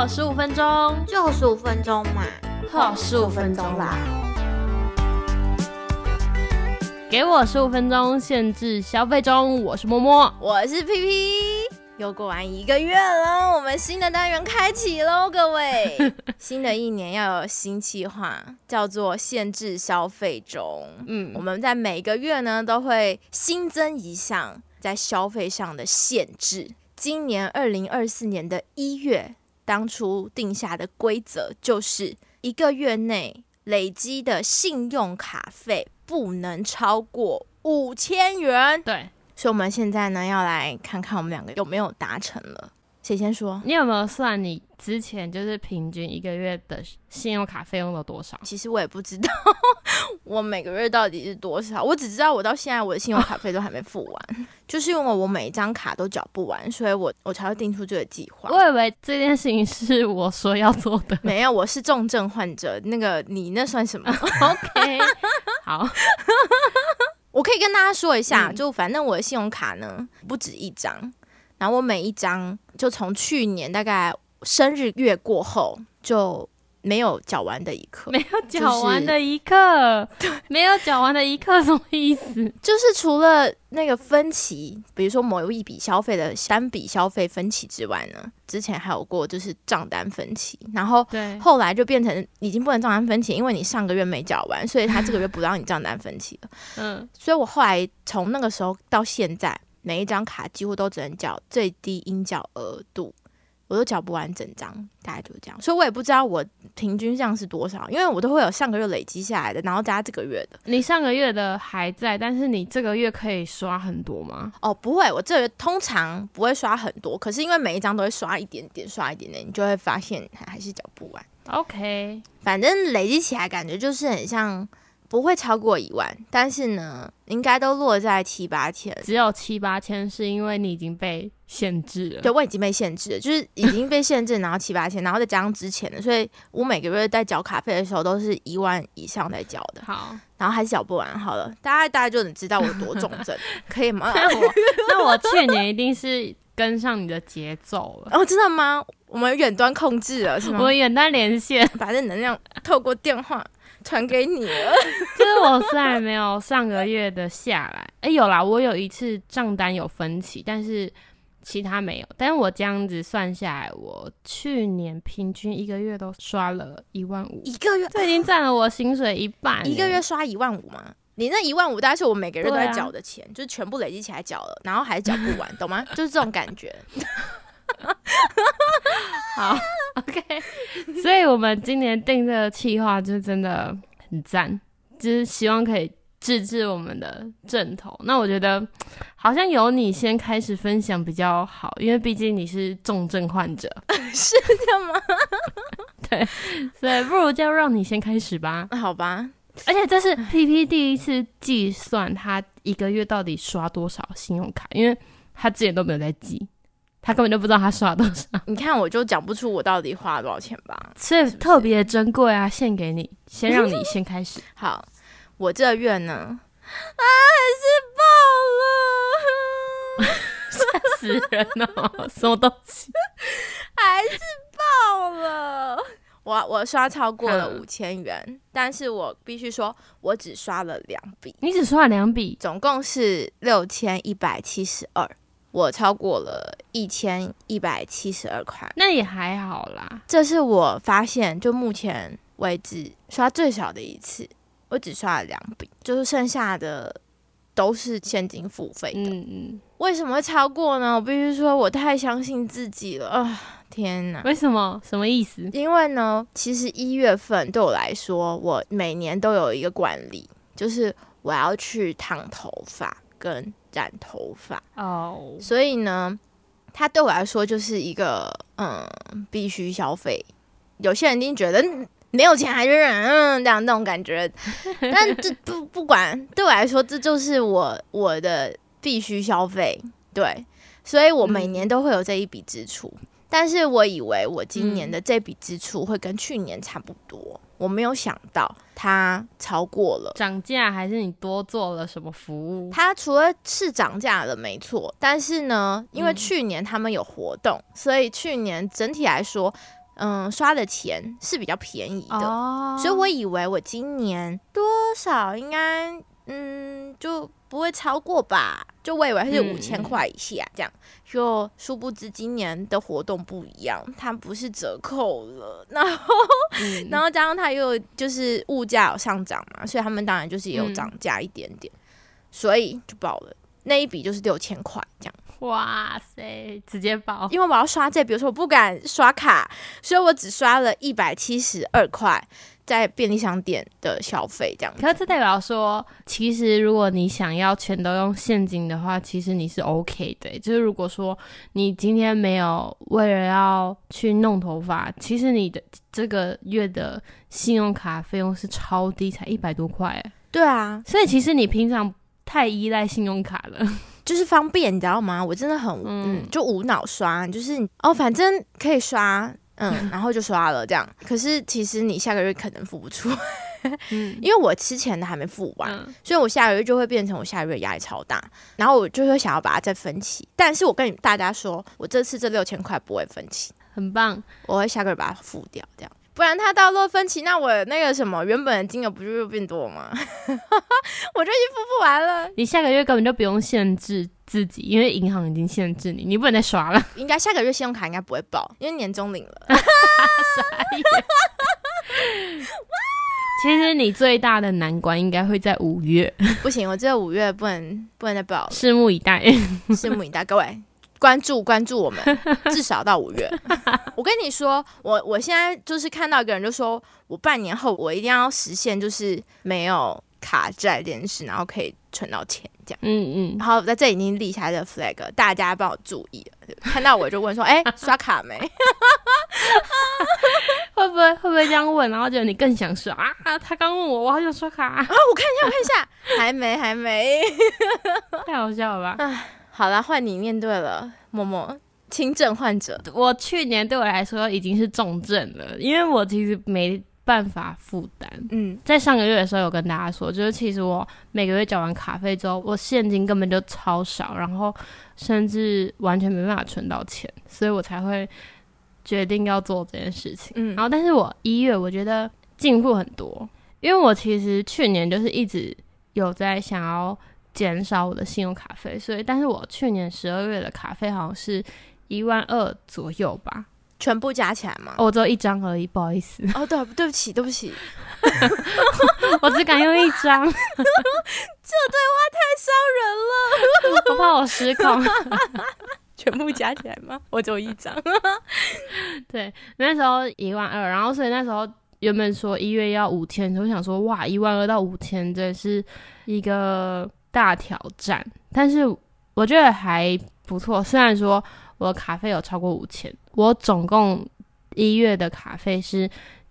好15分钟， 就15分钟嘛， 好15分钟啦。 给我15分钟，限制消费中。我是默默， 我是 PP。又过完1个月了，我们新的单元开启喽，各位！新的一年要有新计划，叫做限制消费中。我们在每个月呢都会新增一项在消费上的限制。今年2024年的1月，当初定下的规则就是1个月内累积的信用卡费不能超过5000元。 对。 所以我们现在呢要来看看我们2个有没有达成了。谁先说？ 你有没有算你之前就是平均1个月的信用卡费用了多少？ 其实我也不知道我每个月到底是多少，我只知道我到现在我的信用卡费都还没付完就是因为我每一张卡都缴不完，所以我才会定出这个计划。 我以为这件事情是我说要做的。 没有，我是重症患者，那个你那算什么 ？OK 好我可以跟大家说一下，就反正我的信用卡呢不止1张，然后我每一张就从去年大概生日月过后就没有缴完的一刻。 没有缴完的一刻、没有缴完的一刻什么意思？ 就是除了那个分期，比如说某一笔消费的单笔消费分期之外呢，之前还有过就是账单分期，然后后来就变成已经不能账单分期，因为你上个月没缴完，所以他这个月不让你账单分期了所以我后来从那个时候到现在，每一张卡几乎都只能缴最低应缴额度，我都缴不完整张，大概就是这样。所以我也不知道我平均这样是多少，因为我都会有上个月累积下来的，然后加这个月的。 你上个月的还在，但是你这个月可以刷很多吗？ 不会，我这个月通常不会刷很多，可是因为每一张都会刷一点点，刷一点点，你就会发现还是缴不完。 OK， 反正累积起来感觉就是很像。不会超过1万，但是呢，应该都落在7、8千。 只有7、8千，是因为你已经被限制了。 对，我已经被限制了，就是已经被限制，然后7、8千，然后再加上之前的，所以我每个月在缴卡费的时候都是1万以上在缴的。 好， 然后还是缴不完。好了，大家就能知道我多重症，可以吗？ 那我去年一定是跟上你的节奏了。 真的吗？我们远端控制了是吗？ 我们远端连线， 把这能量透过电话传给你了。 就是我虽然没有上个月的下来，有啦，我有一次账单有分期，但是其他没有。但是我这样子算下来，我去年平均1个月都刷了15000。 1个月， 这已经占了我薪水一半。 1个月刷15000吗？你那15000大概是我每个月都在缴的钱，就是全部累积起来缴了，然后还是缴不完，懂吗？就是这种感觉。 好 ，OK， 所以我们今年定这个企划就真的很赞，就是希望可以治治我们的症头。那我觉得好像由你先开始分享比较好，因为毕竟你是重症患者。 是这样吗？ 对，所以不如就让你先开始吧。 好吧。 而且这是 PP 第一次计算他1个月到底刷多少信用卡，因为他之前都没有在记。他根本就不知道他刷多少。 你看我就讲不出我到底花了多少钱吧， 所以特别珍贵啊，献给你，先让你先开始。 好，我这个月呢还是爆了吓死人哦，什么东西还是爆了。我刷超过了5000元，但是我必须说我只刷了2笔。 你只刷了2笔， 总共是6172，我超过了1172块。 那也还好啦。 这是我发现就目前为止刷最少的一次，我只刷了2笔，就是剩下的都是现金付费的。为什么会超过呢？我必须说我太相信自己了天哪！ 为什么？什么意思？ 因为呢，其实1月份对我来说，我每年都有一个惯例，就是我要去烫头发跟染头发所以呢，它对我来说就是一个必须消费。有些人一定觉得没有钱还是染这样那种感觉，但这不管对我来说，这就是我的必须消费。对，所以我每年都会有这一笔支出。但是我以为我今年的这笔支出会跟去年差不多，我没有想到它超过了。 涨价还是你多做了什么服务？ 它除了是涨价了没错，但是呢，因为去年他们有活动，所以去年整体来说刷的钱是比较便宜的，所以我以为我今年多少应该就不会超过吧，就我以为是5000块以下这样，就殊不知今年的活动不一样，它不是折扣了，然后加上它又就是物价有上涨嘛，所以他们当然就是也有涨价一点点，所以就爆了，那一笔就是6000块这样。 哇塞，直接爆！ 因为我要刷这，比如说我不敢刷卡，所以我只刷了172块在便利商店的消费这样子。 可是这代表说，其实如果你想要全都用现金的话，其实你是 OK 的。就是如果说你今天没有为了要去弄头发，其实你的这个月的信用卡费用是超低，才100多块。 对啊， 所以其实你平常太依赖信用卡了。 就是方便，你知道吗？我真的很就无脑刷，就是反正可以刷，然后就刷了这样。可是其实你下个月可能付不出，因为我之前的还没付完，所以我下个月就会变成我下个月压力超大，然后我就会想要把它再分期。但是我跟大家说，我这次这6000块不会分期， 很棒， 我会下个月把它付掉，这样。不然它到落分期，那我那个什么原本的金额不就又变多吗？我就已经付不完了。 你下个月根本就不用限制自己，因为银行已经限制你，你不能再刷了。 应该下个月信用卡应该不会爆，因为年终领了。 傻眼。其实你最大的难关应该会在5月。 不行，我这5月不能再爆了。 拭目以待。 拭目以待，各位。关注我们，至少到5月。我跟你说，我现在就是看到一个人就说，我半年后我一定要实现，就是没有卡债这件事，然后可以存到钱这样。然后在这已经立下的 flag， 大家帮我注意了。看到我就问说，刷卡没？ 会不会这样问，然后觉得你更想刷啊？他刚问我好想刷卡啊！ 我看一下，还没， 太好笑了吧？ 好啦，换你面对了，默默轻症患者。 我去年对我来说已经是重症了，因为我其实没办法负担。在上个月的时候有跟大家说，就是其实我每个月缴完卡费之后，我现金根本就超少，然后甚至完全没办法存到钱，所以我才会决定要做这件事情。然后但是我1月我觉得进步很多，因为我其实去年就是一直有在想要减少我的信用卡费，所以但是我去年12月的卡费好像是12000左右吧， 全部加起来吗？ 我只有1张而已，不好意思。 对不起， 我只敢用1张。 这对话太伤人了， 我怕我失控。 全部加起来吗？我只有1张。 对，那时候12000，然后所以那时候原本说1月要5000，我想说哇，12000到5000这是一个大挑战，但是我觉得还不错。虽然说我的卡费有超过5000，我总共1月的卡费是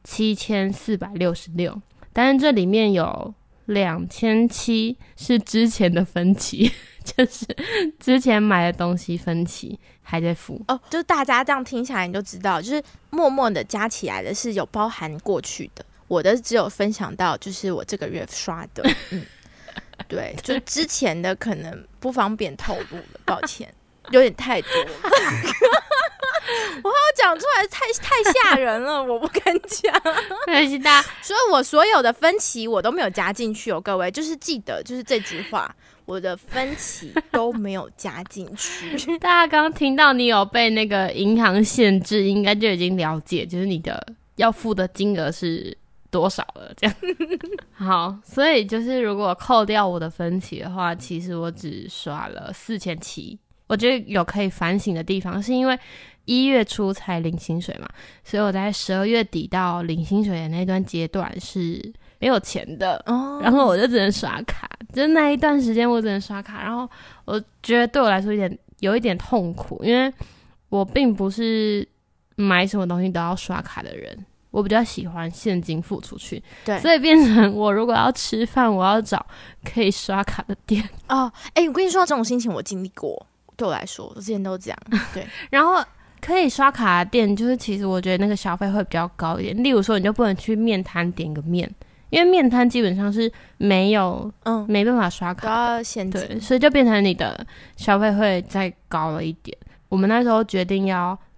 7466，但是这里面有2700是之前的分期，就是之前买的东西分期还在付。 就是大家这样听下来你就知道，就是默默的加起来的是有包含过去的，我的只有分享到就是我这个月刷的。对，就之前的可能不方便透露了，抱歉，有点太多了。我怕我讲出来太吓人了，我不敢讲。 没关系，大家， 所以我所有的分期我都没有加进去哦，各位，就是记得就是这句话，我的分期都没有加进去。 大家刚刚听到你有被那个银行限制，应该就已经了解，就是你的要付的金额是多少了，这样。好，所以就是如果扣掉我的分期的话，其实我只刷了4700。我觉得有可以反省的地方，是因为1月初才领薪水嘛，所以我在12月底到领薪水的那段阶段是没有钱的，然后我就只能刷卡，就那一段时间我只能刷卡，然后我觉得对我来说有一点痛苦，因为我并不是买什么东西都要刷卡的人，我比较喜欢现金付出去， 对， 所以变成我如果要吃饭，我要找可以刷卡的店。 我跟你说这种心情我经历过，对我来说我之前都这样。对， 然后可以刷卡的店，就是其实我觉得那个消费会比较高一点，例如说你就不能去面摊点个面，因为面摊基本上是没办法刷卡的， 都要现金， 对，所以就变成你的消费会再高了一点。我们那时候决定要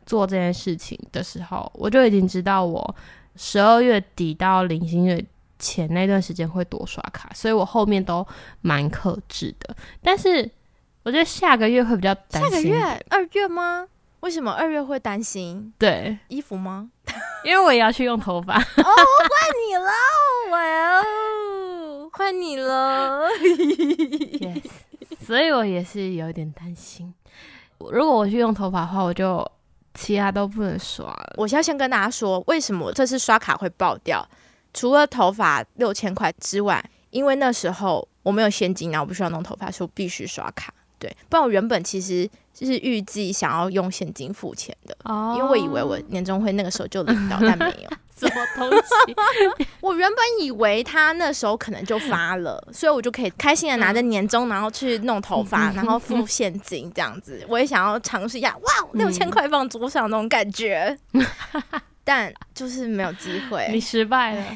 做这件事情的时候，我就已经知道我12月底到领薪水前那段时间会多刷卡，所以我后面都蛮克制的。但是我觉得下个月会比较担心。下个月2月吗？为什么2月会担心？ 对， 衣服吗？ 因为我也要去用头发。 哦，换你了，哇哦，换你了。 yes， 所以我也是有点担心。如果我去用头发的话，我就其他都不能刷了。 我现在先跟大家说，为什么我这次刷卡会爆掉？除了头发6000块之外，因为那时候我没有现金，然后我不需要弄头发，所以我必须刷卡。对，不然我原本其实是预计想要用现金付钱的，因为我以为我年终会那个时候就领到，但没有。 什么东西？ 我原本以为他那时候可能就发了，所以我就可以开心的拿着年终，然后去弄头发，然后付现金这样子。我也想要尝试一下，哇，6000块放桌上那种感觉，但就是没有机会。 你失败了。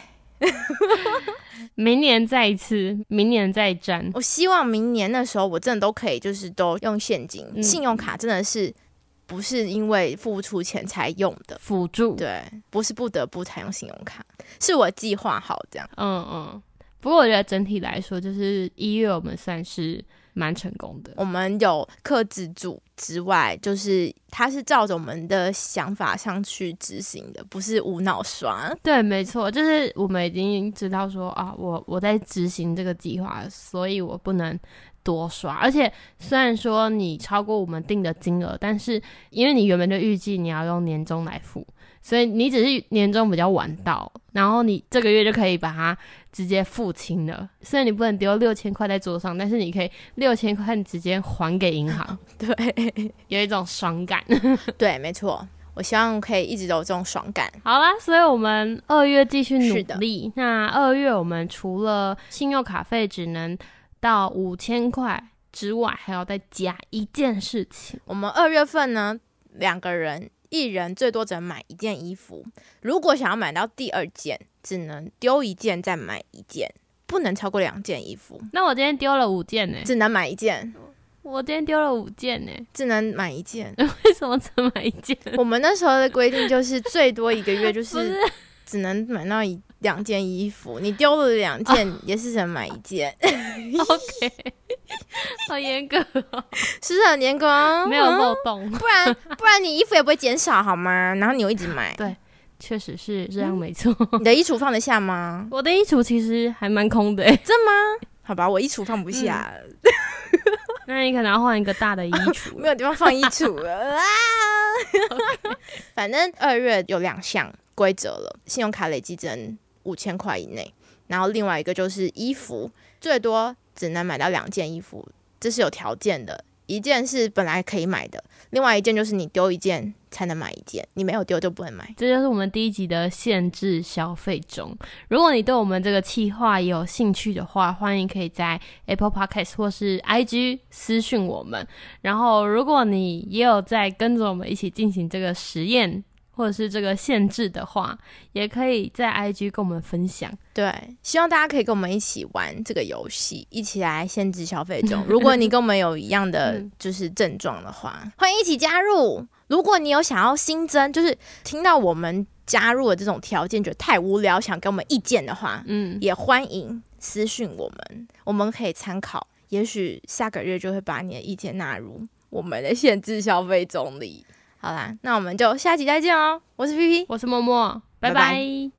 明年再一次，明年再战。 我希望明年那时候我真的都可以，就是都用现金，信用卡真的是不是因为付不出钱才用的辅助， 对，不是不得不才用信用卡，是我计划好这样。 不过我觉得整体来说，就是1月我们算是蛮成功的。 我们有克制住之外，就是它是照着我们的想法上去执行的，不是无脑刷。 对，没错，就是我们已经知道说啊，我在执行这个计划，所以我不能多刷。而且虽然说你超过我们定的金额，但是因为你原本就预计你要用年终来付，所以你只是年终比较晚到，然后你这个月就可以把它直接付清了。虽然你不能丢6000块在桌上，但是你可以6000块直接还给银行。 对， 有一种爽感。 对，没错。我希望可以一直都有这种爽感。 好啦，所以我们2月继续努力。那2月我们除了信用卡费只能到5000块之外，还要再加一件事情。 我们2月份呢，2个人1人最多只能买1件衣服，如果想要买到第2件，只能丢1件再买1件，不能超过2件衣服。 那我今天丢了5件只能买1件。 我今天丢了5件只能买1件。 为什么只能买1件？ 我们那时候的规定就是最多1个月就是只能买到2件衣服，你丢了2件也是只能买1件。 OK， 好严格哦， 是不是很严格哦？ 没有漏洞， 不然你衣服也不会减少好吗？然后你又一直买。 对，确实是这样，没错。 你的衣橱放得下吗？ 我的衣橱其实还蛮空的。 真吗？好吧，我衣橱放不下。 那你可能要换一个大的衣橱。 没有地方放衣橱了啊。Okay. 反正2月有2项规则了，信用卡累积只能5000块以内，然后另外一个就是衣服，最多只能买到2件衣服，这是有条件的。1件是本来可以买的，另外1件就是你丢1件才能买1件，你没有丢就不能买。 这就是我们第1集的限制消费中。如果你对我们这个企划也有兴趣的话，欢迎可以在 Apple Podcast 或是 IG 私讯我们。然后如果你也有在跟着我们一起进行这个实验或者是这个限制的话，也可以在 IG 跟我们分享。 对，希望大家可以跟我们一起玩这个游戏，一起来限制消费中。如果你跟我们有一样的就是症状的话，欢迎一起加入。如果你有想要新增，就是听到我们加入的这种条件觉得太无聊，想给我们意见的话，也欢迎私讯我们，我们可以参考，也许下个月就会把你的意见纳入我们的限制消费中里。好啦，那我们就下集再见哦！我是 PP， 我是默默，拜拜。